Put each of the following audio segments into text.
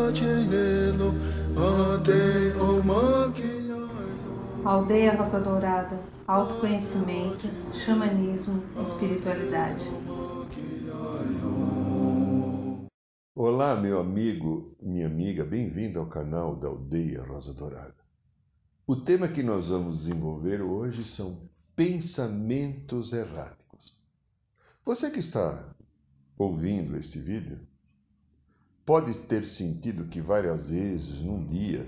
Aldeia Rosa Dourada, autoconhecimento, xamanismo, espiritualidade. Olá, meu amigo, minha amiga, bem-vindo ao canal da Aldeia Rosa Dourada. O tema que nós vamos desenvolver hoje são pensamentos erráticos. Você que está ouvindo este vídeo pode ter sentido que várias vezes num dia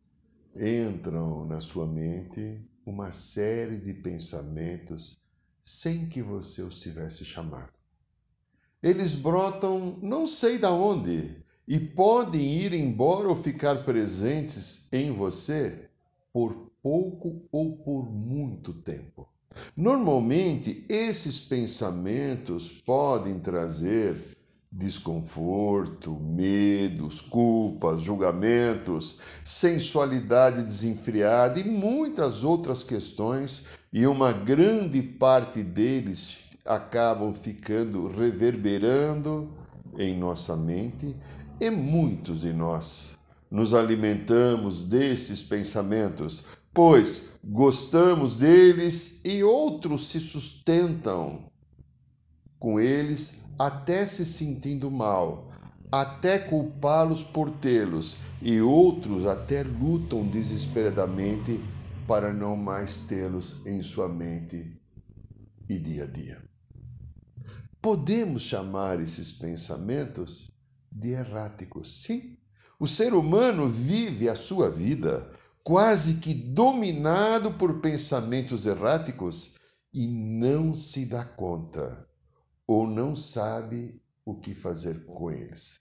entram na sua mente uma série de pensamentos sem que você os tivesse chamado. Eles brotam não sei de onde e podem ir embora ou ficar presentes em você por pouco ou por muito tempo. Normalmente, esses pensamentos podem trazer desconforto, medos, culpas, julgamentos, sensualidade desenfreada e muitas outras questões, e uma grande parte deles acabam ficando reverberando em nossa mente, e muitos de nós nos alimentamos desses pensamentos, pois gostamos deles, e outros se sustentam com eles até se sentindo mal, até culpá-los por tê-los, e outros até lutam desesperadamente para não mais tê-los em sua mente e dia a dia. Podemos chamar esses pensamentos de erráticos. Sim, o ser humano vive a sua vida quase que dominado por pensamentos erráticos e não se dá conta ou não sabe o que fazer com eles.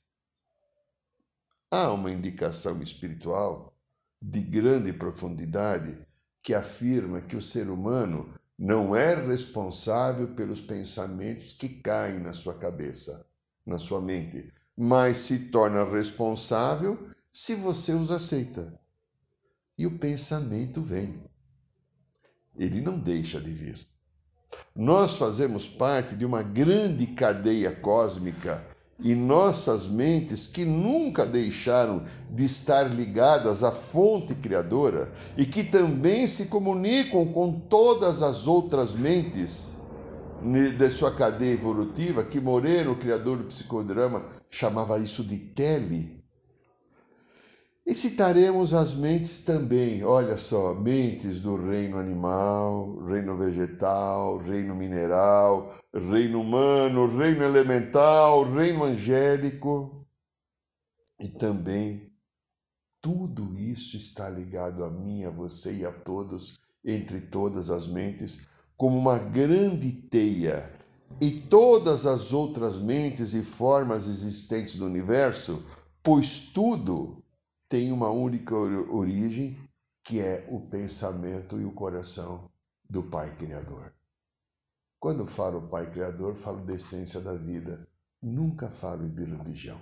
Há uma indicação espiritual de grande profundidade que afirma que o ser humano não é responsável pelos pensamentos que caem na sua cabeça, na sua mente, mas se torna responsável se você os aceita. E o pensamento vem. Ele não deixa de vir. Nós fazemos parte de uma grande cadeia cósmica e nossas mentes, que nunca deixaram de estar ligadas à fonte criadora e que também se comunicam com todas as outras mentes de sua cadeia evolutiva, que Moreno, o criador do psicodrama, chamava isso de tele. E citaremos as mentes também, olha só, mentes do reino animal, reino vegetal, reino mineral, reino humano, reino elemental, reino angélico. E também tudo isso está ligado a mim, a você e a todos, entre todas as mentes, como uma grande teia. E todas as outras mentes e formas existentes no universo, pois tudo tem uma única origem, que é o pensamento e o coração do Pai Criador. Quando falo Pai Criador, falo da essência da vida. Nunca falo de religião.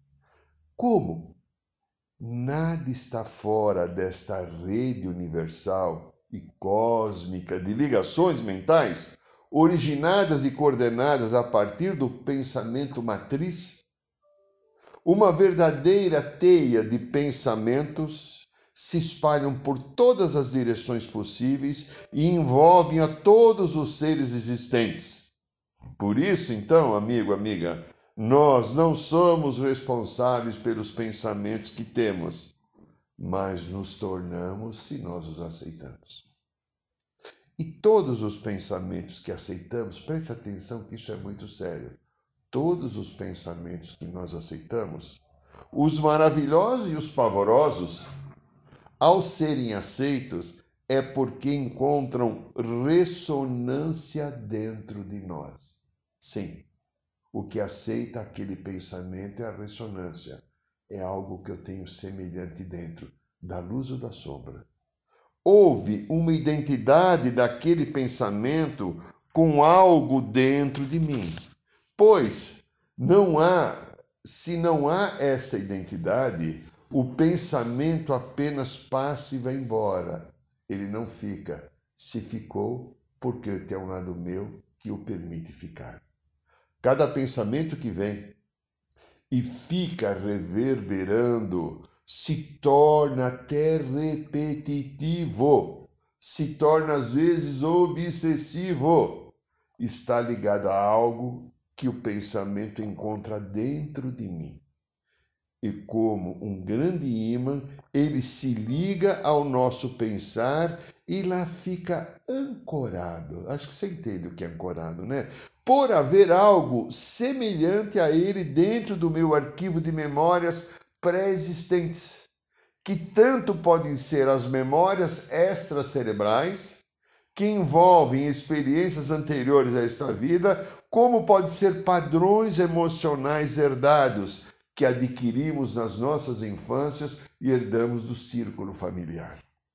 Como nada está fora desta rede universal e cósmica de ligações mentais, originadas e coordenadas a partir do pensamento matriz, uma verdadeira teia de pensamentos se espalham por todas as direções possíveis e envolvem a todos os seres existentes. Por isso, então, amigo, amiga, nós não somos responsáveis pelos pensamentos que temos, mas nos tornamos se nós os aceitamos. E todos os pensamentos que aceitamos, preste atenção que isso é muito sério. Todos os pensamentos que nós aceitamos, os maravilhosos e os pavorosos, ao serem aceitos, é porque encontram ressonância dentro de nós. Sim, o que aceita aquele pensamento é a ressonância. É algo que eu tenho semelhante dentro, da luz ou da sombra. Houve uma identidade daquele pensamento com algo dentro de mim. Pois se não há essa identidade, o pensamento apenas passa e vai embora. Ele não fica. Se ficou, porque tem um lado meu que o permite ficar. Cada pensamento que vem e fica reverberando, se torna até repetitivo, se torna às vezes obsessivo. Está ligado a algo que o pensamento encontra dentro de mim. E como um grande imã, ele se liga ao nosso pensar e lá fica ancorado. Acho que você entende o que é ancorado, né? Por haver algo semelhante a ele dentro do meu arquivo de memórias pré-existentes, que tanto podem ser as memórias extracerebrais, que envolvem experiências anteriores a esta vida, como pode ser padrões emocionais herdados, que adquirimos nas nossas infâncias e herdamos do círculo familiar.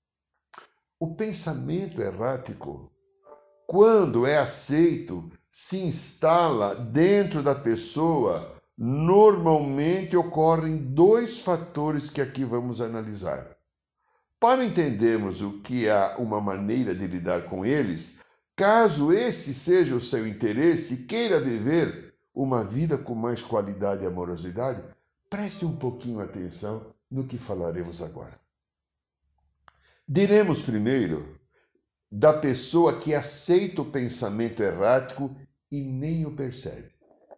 O pensamento errático, quando é aceito, se instala dentro da pessoa. Normalmente ocorrem dois fatores que aqui vamos analisar. Para entendermos o que há uma maneira de lidar com eles, caso esse seja o seu interesse e queira viver uma vida com mais qualidade e amorosidade, preste um pouquinho atenção no que falaremos agora. Diremos primeiro da pessoa que aceita o pensamento errático e nem o percebe.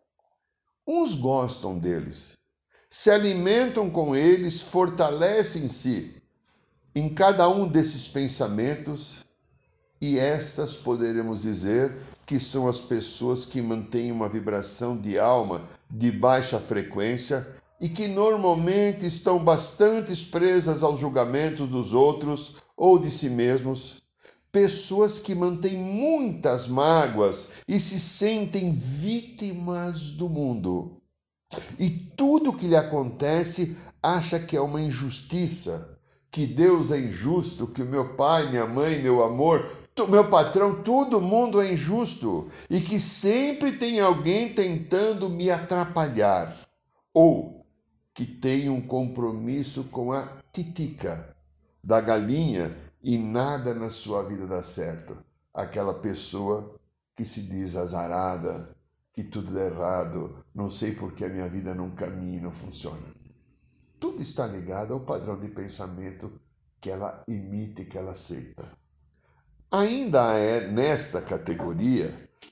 Uns gostam deles, se alimentam com eles, fortalecem-se em cada um desses pensamentos, e estas poderemos dizer que são as pessoas que mantêm uma vibração de alma de baixa frequência e que normalmente estão bastante presas aos julgamentos dos outros ou de si mesmos. Pessoas que mantêm muitas mágoas e se sentem vítimas do mundo. E tudo que lhe acontece acha que é uma injustiça, que Deus é injusto, que o meu pai, minha mãe, meu amor, meu patrão, todo mundo é injusto e que sempre tem alguém tentando me atrapalhar, ou que tem um compromisso com a titica da galinha e nada na sua vida dá certo. Aquela pessoa que se diz azarada, que tudo dá errado, não sei porque a minha vida não caminha e não funciona. Tudo está ligado ao padrão de pensamento que ela imita e que ela aceita. Ainda é nesta categoria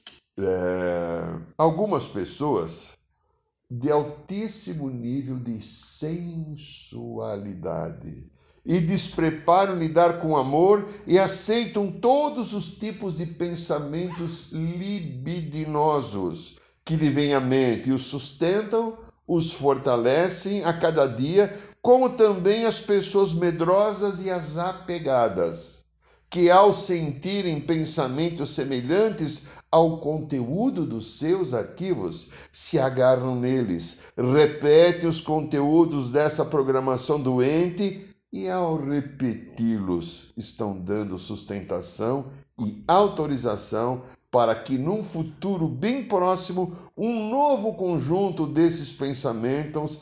algumas pessoas de altíssimo nível de sensualidade e despreparo lidar com amor e aceitam todos os tipos de pensamentos libidinosos que lhe vêm à mente e os sustentam, os fortalecem a cada dia, como também as pessoas medrosas e as apegadas, que ao sentirem pensamentos semelhantes ao conteúdo dos seus arquivos, se agarram neles, repetem os conteúdos dessa programação doente e ao repeti-los estão dando sustentação e autorização para que num futuro bem próximo um novo conjunto desses pensamentos,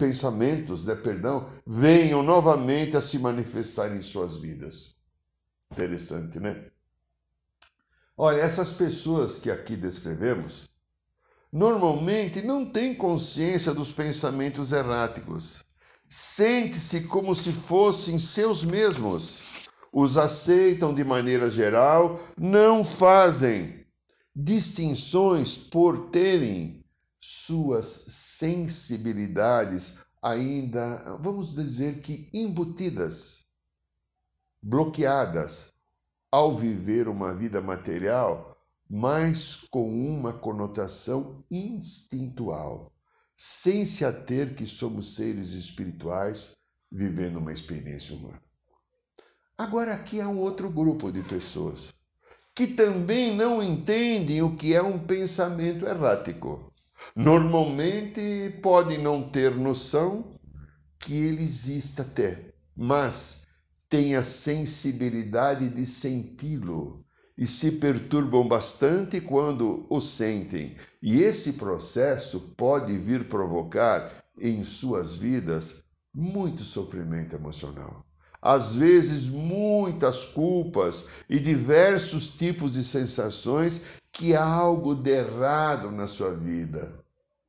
venham novamente a se manifestar em suas vidas. Interessante, né? Olha, essas pessoas que aqui descrevemos, normalmente não têm consciência dos pensamentos erráticos. Sente-se como se fossem seus mesmos. Os aceitam de maneira geral, não fazem distinções por terem suas sensibilidades ainda, vamos dizer que embutidas, bloqueadas ao viver uma vida material, mas com uma conotação instintual, sem se ater que somos seres espirituais vivendo uma experiência humana. Agora aqui há um outro grupo de pessoas que também não entendem o que é um pensamento errático. Normalmente podem não ter noção que ele exista até, mas têm a sensibilidade de senti-lo e se perturbam bastante quando o sentem. E esse processo pode vir provocar em suas vidas muito sofrimento emocional. Às vezes, muitas culpas e diversos tipos de sensações que há algo de errado na sua vida.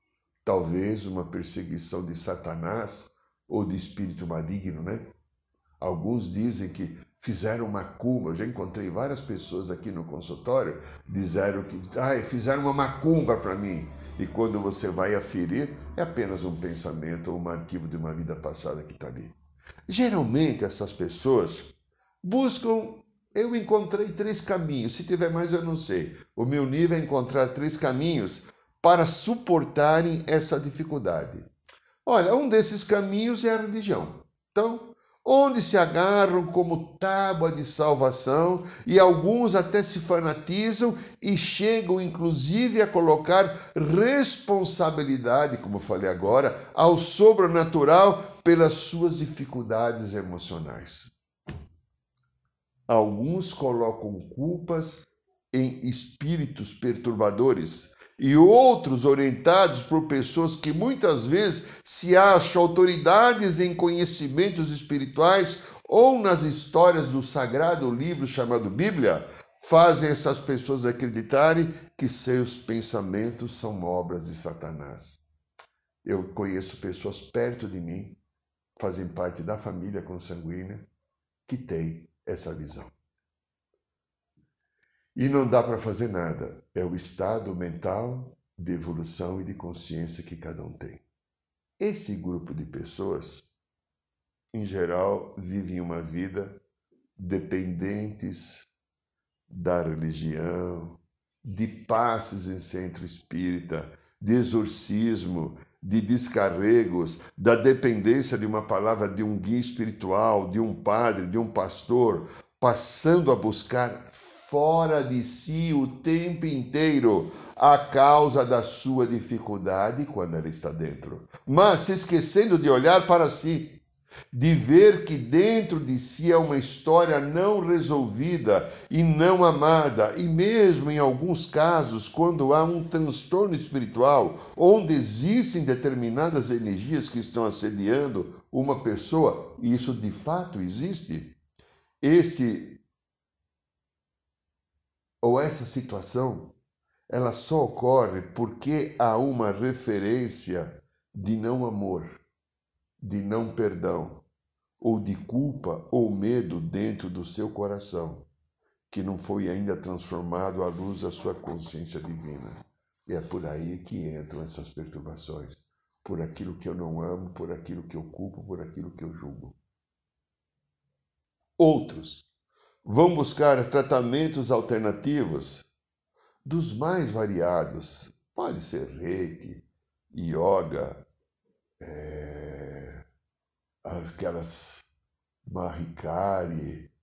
talvez uma perseguição de Satanás ou de espírito maligno, né? Alguns dizem que fizeram macumba. Eu já encontrei várias pessoas aqui no consultório, disseram que fizeram uma macumba para mim. E quando você vai aferir, é apenas um pensamento ou um arquivo de uma vida passada que está ali. Geralmente essas pessoas buscam. Eu encontrei 3 caminhos, se tiver mais eu não sei. O meu nível é encontrar 3 caminhos para suportarem essa dificuldade. Olha, um desses caminhos é a religião. Então, onde se agarram como tábua de salvação e alguns até se fanatizam e chegam inclusive a colocar responsabilidade, como eu falei agora, ao sobrenatural pelas suas dificuldades emocionais. Alguns colocam culpas em espíritos perturbadores e outros orientados por pessoas que muitas vezes se acham autoridades em conhecimentos espirituais ou nas histórias do sagrado livro chamado Bíblia, fazem essas pessoas acreditarem que seus pensamentos são obras de Satanás. Eu conheço pessoas perto de mim, fazem parte da família consanguínea, que têm essa visão. E não dá para fazer nada. É o estado mental de evolução e de consciência que cada um tem. Esse grupo de pessoas, em geral, vivem uma vida dependentes da religião, de passes em centro espírita, de exorcismo, de descarregos, da dependência de uma palavra de um guia espiritual, de um padre, de um pastor, passando a buscar fora de si o tempo inteiro a causa da sua dificuldade quando ela está dentro, mas se esquecendo de olhar para si, de ver que dentro de si é uma história não resolvida e não amada, e mesmo em alguns casos, quando há um transtorno espiritual, onde existem determinadas energias que estão assediando uma pessoa, e isso de fato existe, essa situação, ela só ocorre porque há uma referência de não amor, de não perdão, ou de culpa ou medo dentro do seu coração, que não foi ainda transformado à luz da sua consciência divina. E é por aí que entram essas perturbações, por aquilo que eu não amo, por aquilo que eu culpo, por aquilo que eu julgo. Outros vão buscar tratamentos alternativos dos mais variados. Pode ser reiki, yoga, aquelas Mahikari,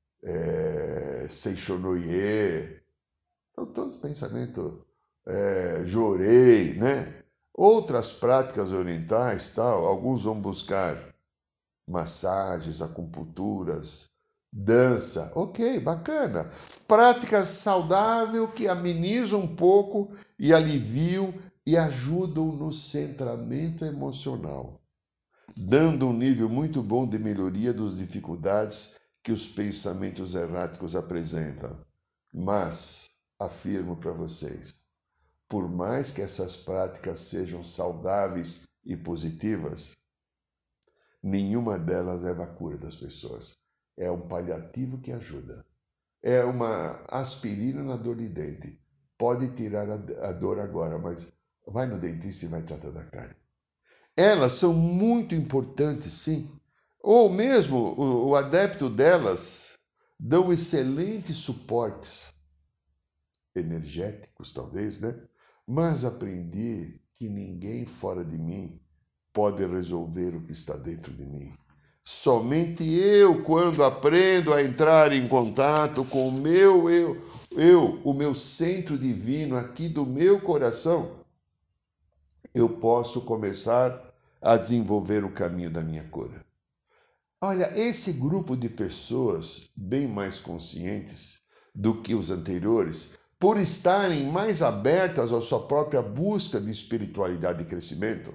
Seishonoye, então todos pensamentos, Jorei, né? Outras práticas orientais, tal, alguns vão buscar massagens, acupunturas, dança, ok, bacana. Práticas saudáveis que amenizam um pouco e aliviam e ajudam no centramento emocional, dando um nível muito bom de melhoria das dificuldades que os pensamentos erráticos apresentam. Mas, afirmo para vocês, por mais que essas práticas sejam saudáveis e positivas, nenhuma delas leva à cura das pessoas. É um paliativo que ajuda. É uma aspirina na dor de dente. Pode tirar a dor agora, mas vai no dentista e vai tratar da cárie. Elas são muito importantes, sim. Ou mesmo o adepto delas dão excelentes suportes energéticos, talvez, né? Mas aprendi que ninguém fora de mim pode resolver o que está dentro de mim. Somente eu, quando aprendo a entrar em contato com o meu o meu centro divino aqui do meu coração, eu posso começar a desenvolver o caminho da minha cura. Olha, esse grupo de pessoas bem mais conscientes do que os anteriores, por estarem mais abertas à sua própria busca de espiritualidade e crescimento,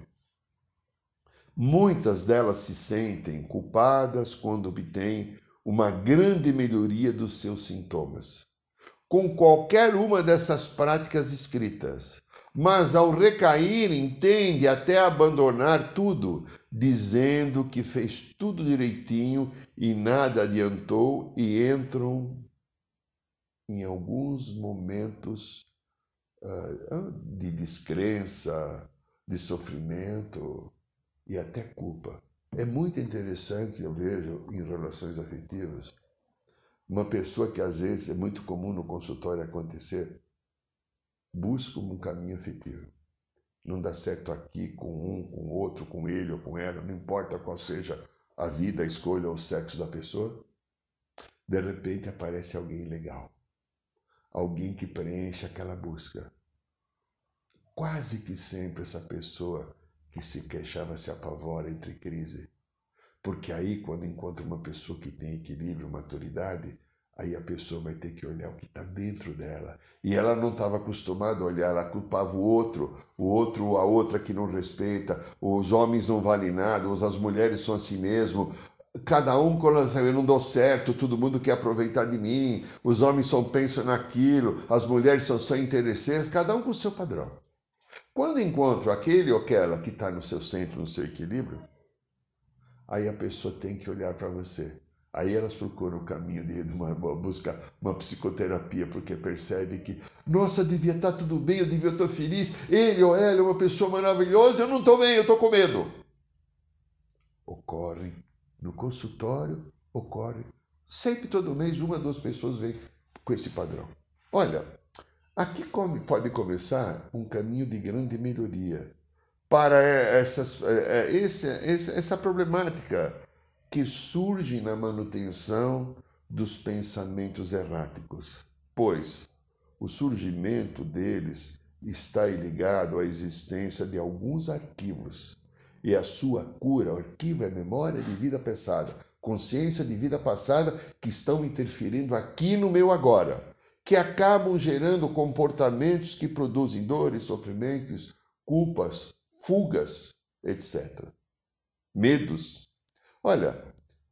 muitas delas se sentem culpadas quando obtêm uma grande melhoria dos seus sintomas. Com qualquer uma dessas práticas escritas, mas ao recaírem tende até a abandonar tudo, dizendo que fez tudo direitinho e nada adiantou e entram em alguns momentos de descrença, de sofrimento e até culpa. É muito interessante, eu vejo, em relações afetivas, uma pessoa que às vezes é muito comum no consultório acontecer, busca um caminho afetivo. Não dá certo aqui com um, com outro, com ele ou com ela, não importa qual seja a vida, a escolha ou o sexo da pessoa. De repente aparece alguém legal, alguém que preenche aquela busca. Quase que sempre essa pessoa que se queixava se apavora, entre crise. Porque aí, quando encontra uma pessoa que tem equilíbrio, maturidade, aí a pessoa vai ter que olhar o que está dentro dela. E ela não estava acostumada a olhar, ela culpava o outro, a outra que não respeita, os homens não valem nada, as mulheres são assim mesmo. Cada um, quando eu não dou certo, todo mundo quer aproveitar de mim, os homens só pensam naquilo, as mulheres são só interesseiras, cada um com o seu padrão. Quando encontro aquele ou aquela que está no seu centro, no seu equilíbrio, aí a pessoa tem que olhar para você. Aí elas procuram o caminho de buscar uma psicoterapia, porque percebe que, nossa, devia estar tudo bem, eu devia estar feliz, ele ou ela é uma pessoa maravilhosa, eu não estou bem, eu estou com medo. Ocorre no consultório, ocorre sempre todo mês, 1 ou 2 pessoas vêm com esse padrão. Olha, aqui pode começar um caminho de grande melhoria para essa problemática que surge na manutenção dos pensamentos erráticos, pois o surgimento deles está ligado à existência de alguns arquivos, e a sua cura, o arquivo é memória de vida passada, consciência de vida passada que estão interferindo aqui no meu agora, que acabam gerando comportamentos que produzem dores, sofrimentos, culpas, fugas, etc. Medos. Olha,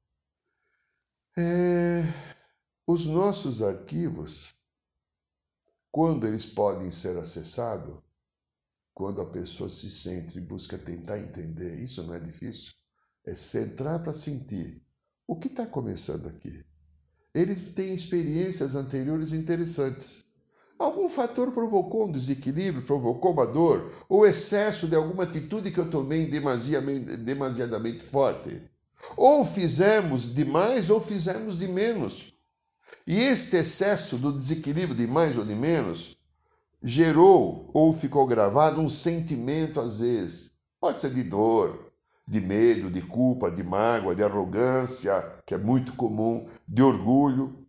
os nossos arquivos, quando eles podem ser acessados, quando a pessoa se sente e busca tentar entender, isso não é difícil, é centrar para sentir o que está começando aqui. Ele tem experiências anteriores interessantes. Algum fator provocou um desequilíbrio, provocou uma dor, ou excesso de alguma atitude que eu tomei demasiadamente forte. Ou fizemos de mais ou fizemos de menos. E esse excesso do desequilíbrio de mais ou de menos gerou ou ficou gravado um sentimento, às vezes, pode ser de dor, de medo, de culpa, de mágoa, de arrogância, que é muito comum, de orgulho.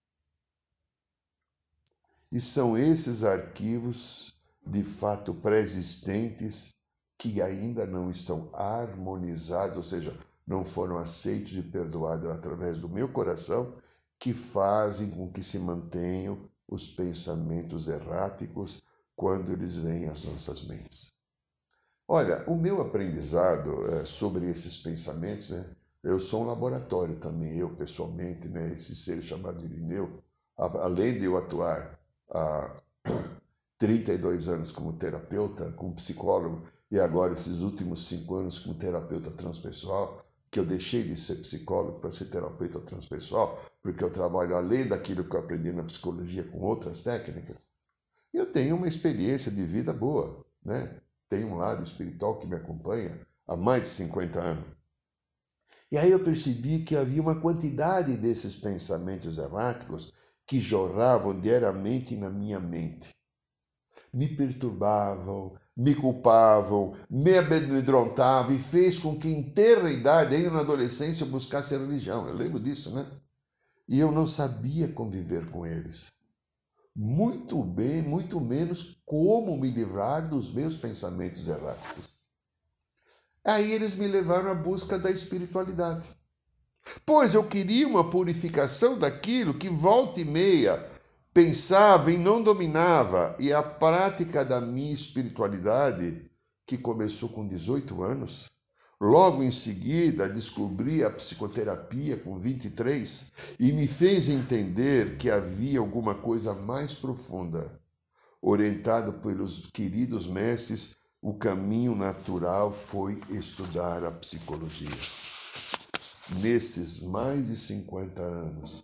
E são esses arquivos, de fato, pré-existentes, que ainda não estão harmonizados, ou seja, não foram aceitos e perdoados através do meu coração, que fazem com que se mantenham os pensamentos erráticos quando eles vêm às nossas mentes. Olha, o meu aprendizado sobre esses pensamentos, eu sou um laboratório também, eu pessoalmente, esse ser chamado Irineu, além de eu atuar há 32 anos como terapeuta, como psicólogo, e agora esses últimos 5 anos como terapeuta transpessoal, que eu deixei de ser psicólogo para ser terapeuta transpessoal, porque eu trabalho além daquilo que eu aprendi na psicologia com outras técnicas. Eu tenho uma experiência de vida boa, Tenho um lado espiritual que me acompanha há mais de 50 anos. E aí eu percebi que havia uma quantidade desses pensamentos erráticos que jorravam diariamente na minha mente. Me perturbavam, me culpavam, me amedrontavam e fez com que em tenra idade, ainda na adolescência, eu buscasse a religião. Eu lembro disso, E eu não sabia conviver com eles. Muito bem, muito menos como me livrar dos meus pensamentos erráticos. Aí eles me levaram à busca da espiritualidade. Pois eu queria uma purificação daquilo que volta e meia pensava e não dominava. E a prática da minha espiritualidade, que começou com 18 anos, logo em seguida descobri a psicoterapia com 23 e me fez entender que havia alguma coisa mais profunda, orientado pelos queridos mestres, o caminho natural foi estudar a psicologia. Nesses mais de 50 anos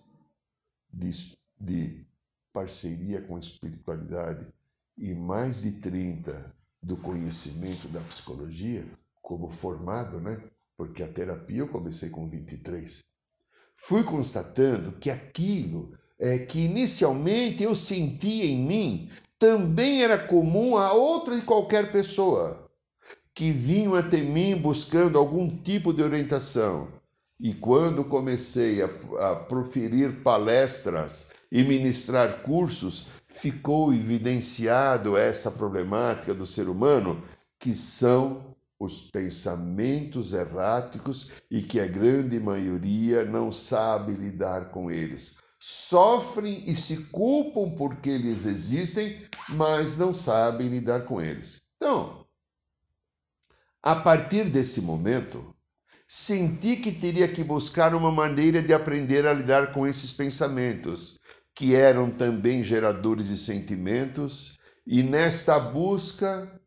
de parceria com a espiritualidade e mais de 30 do conhecimento da psicologia, como formado, né? Porque a terapia eu comecei com 23. Fui constatando que aquilo que inicialmente eu sentia em mim também era comum a outra e qualquer pessoa que vinham até mim buscando algum tipo de orientação. E quando comecei a proferir palestras e ministrar cursos, ficou evidenciado essa problemática do ser humano, que são os pensamentos erráticos e que a grande maioria não sabe lidar com eles. Sofrem e se culpam porque eles existem, mas não sabem lidar com eles. Então, a partir desse momento, senti que teria que buscar uma maneira de aprender a lidar com esses pensamentos, que eram também geradores de sentimentos, e nesta busca,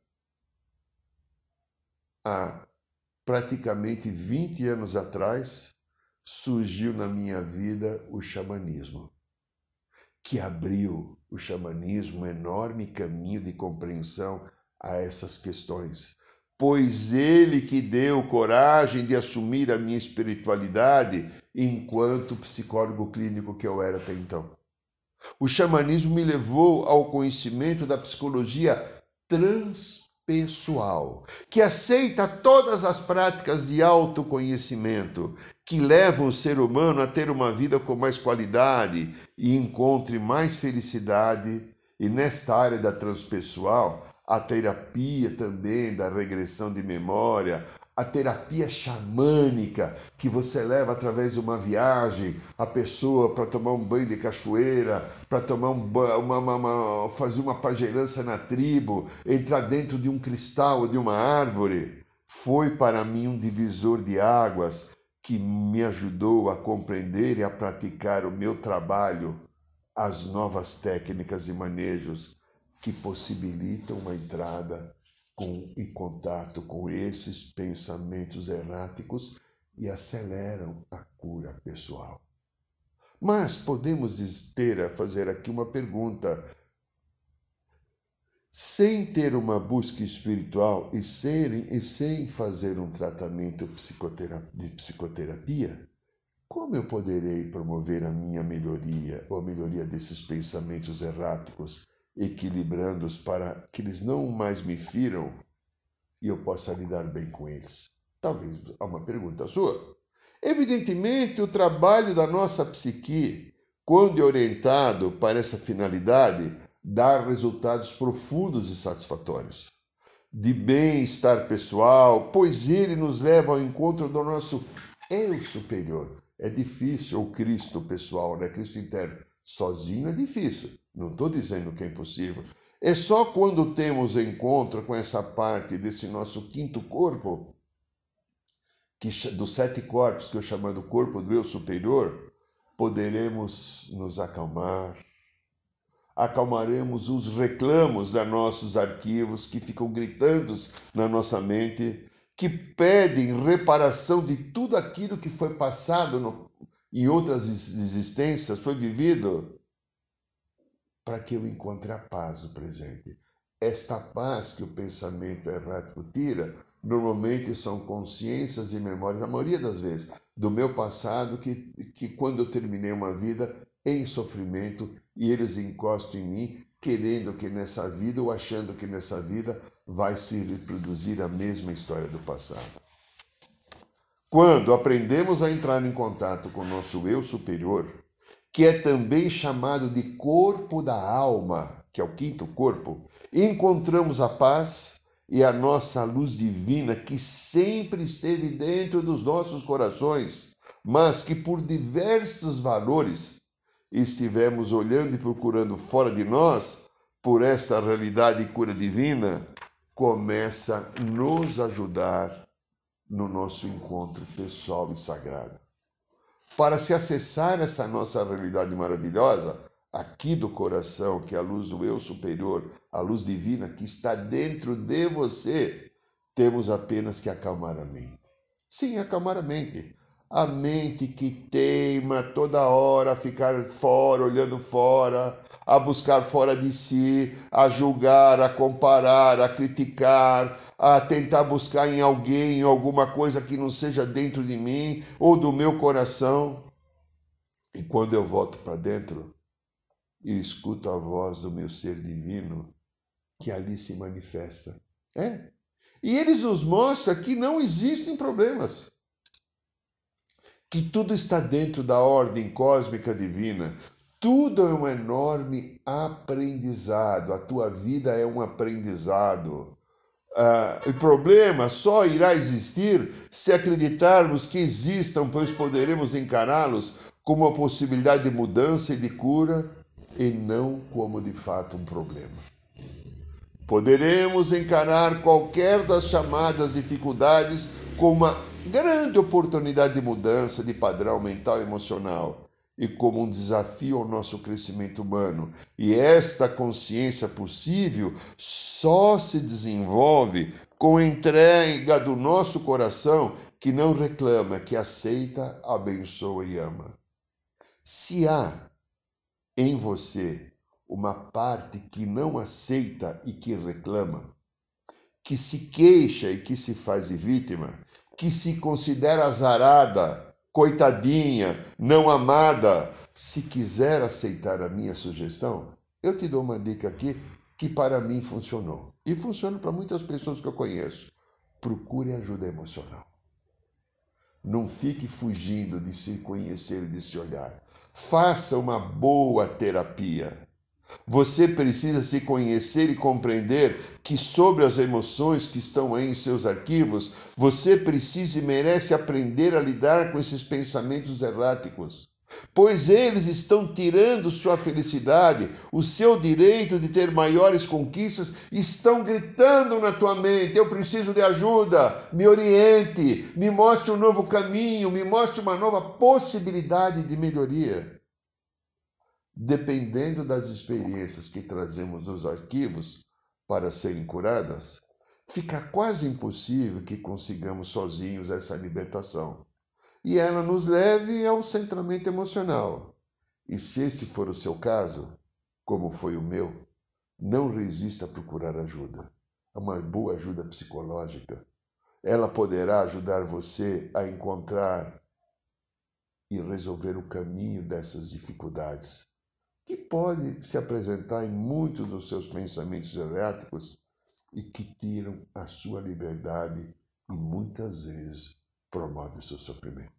há praticamente 20 anos atrás, surgiu na minha vida o xamanismo, que abriu o xamanismo um enorme caminho de compreensão a essas questões. Pois ele que deu coragem de assumir a minha espiritualidade enquanto psicólogo clínico que eu era até então. O xamanismo me levou ao conhecimento da psicologia transpessoal, que aceita todas as práticas de autoconhecimento, que levam o ser humano a ter uma vida com mais qualidade e encontre mais felicidade. E nesta área da transpessoal, a terapia também da regressão de memória, a terapia xamânica, que você leva através de uma viagem, a pessoa para tomar um banho de cachoeira, para tomar fazer uma pagerança na tribo, entrar dentro de um cristal ou de uma árvore, foi para mim um divisor de águas que me ajudou a compreender e a praticar o meu trabalho, as novas técnicas e manejos que possibilitam uma entrada e contato com esses pensamentos erráticos e aceleram a cura pessoal. Mas podemos fazer aqui uma pergunta. Sem ter uma busca espiritual e sem fazer um tratamento de psicoterapia, como eu poderei promover a minha melhoria ou a melhoria desses pensamentos erráticos, equilibrando-os para que eles não mais me firam e eu possa lidar bem com eles? Talvez há uma pergunta sua. Evidentemente, o trabalho da nossa psique, quando é orientado para essa finalidade, dá resultados profundos e satisfatórios, de bem-estar pessoal, pois ele nos leva ao encontro do nosso eu superior. É difícil, o Cristo pessoal, né? Cristo interno. Sozinho é difícil. Não estou dizendo que é impossível. É só quando temos encontro com essa parte desse nosso quinto corpo, dos 7 corpos, que eu chamo do corpo do eu superior, poderemos nos acalmar. Acalmaremos os reclamos dos nossos arquivos que ficam gritando na nossa mente, que pedem reparação de tudo aquilo que foi passado em outras existências, foi vivido, para que eu encontre a paz do presente. Esta paz que o pensamento errático tira, normalmente são consciências e memórias, a maioria das vezes, do meu passado, que quando eu terminei uma vida em sofrimento, e eles encostam em mim, querendo que nessa vida, ou achando que nessa vida, vai se reproduzir a mesma história do passado. Quando aprendemos a entrar em contato com o nosso eu superior, que é também chamado de corpo da alma, que é o quinto corpo, encontramos a paz e a nossa luz divina que sempre esteve dentro dos nossos corações, mas que por diversos valores estivemos olhando e procurando fora de nós, por essa realidade e cura divina, começa a nos ajudar no nosso encontro pessoal e sagrado. Para se acessar essa nossa realidade maravilhosa, aqui do coração, que é a luz do eu superior, a luz divina que está dentro de você, temos apenas que acalmar a mente. Sim, acalmar a mente. A mente que teima toda hora a ficar fora, olhando fora, a buscar fora de si, a julgar, a comparar, a criticar, a tentar buscar em alguém, em alguma coisa que não seja dentro de mim ou do meu coração. E quando eu volto para dentro e escuto a voz do meu ser divino, que ali se manifesta. E eles nos mostram que não existem problemas. Que tudo está dentro da ordem cósmica divina. Tudo é um enorme aprendizado. A tua vida é um aprendizado. O problema só irá existir se acreditarmos que existam, pois poderemos encará-los como uma possibilidade de mudança e de cura e não como de fato um problema. Poderemos encarar qualquer das chamadas dificuldades como uma grande oportunidade de mudança de padrão mental e emocional e como um desafio ao nosso crescimento humano. E esta consciência possível só se desenvolve com a entrega do nosso coração que não reclama, que aceita, abençoa e ama. Se há em você uma parte que não aceita e que reclama, que se queixa e que se faz de vítima, que se considera azarada, coitadinha, não amada, se quiser aceitar a minha sugestão, eu te dou uma dica aqui que para mim funcionou. E funciona para muitas pessoas que eu conheço. Procure ajuda emocional. Não fique fugindo de se conhecer e de se olhar. Faça uma boa terapia. Você precisa se conhecer e compreender que sobre as emoções que estão aí em seus arquivos, você precisa e merece aprender a lidar com esses pensamentos erráticos, pois eles estão tirando sua felicidade, o seu direito de ter maiores conquistas, estão gritando na tua mente: eu preciso de ajuda, me oriente, me mostre um novo caminho, me mostre uma nova possibilidade de melhoria. Dependendo das experiências que trazemos nos arquivos para serem curadas, fica quase impossível que consigamos sozinhos essa libertação. E ela nos leve ao centramento emocional. E se esse for o seu caso, como foi o meu, não resista a procurar ajuda. É uma boa ajuda psicológica. Ela poderá ajudar você a encontrar e resolver o caminho dessas dificuldades, que pode se apresentar em muitos dos seus pensamentos erráticos e que tiram a sua liberdade e muitas vezes promovem o seu sofrimento.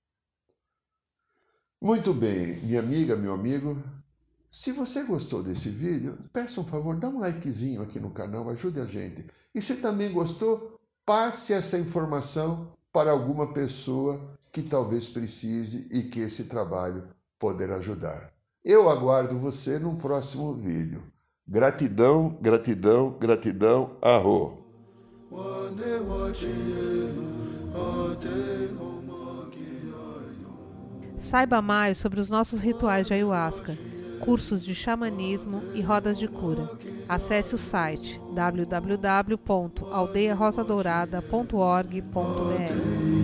Muito bem, minha amiga, meu amigo, se você gostou desse vídeo, peça um favor, dá um likezinho aqui no canal, ajude a gente. E se também gostou, passe essa informação para alguma pessoa que talvez precise e que esse trabalho poderá ajudar. Eu aguardo você no próximo vídeo. Gratidão, gratidão, gratidão, arro. Saiba mais sobre os nossos rituais de ayahuasca, cursos de xamanismo e rodas de cura. Acesse o site www.aldeiarosadourada.org.br.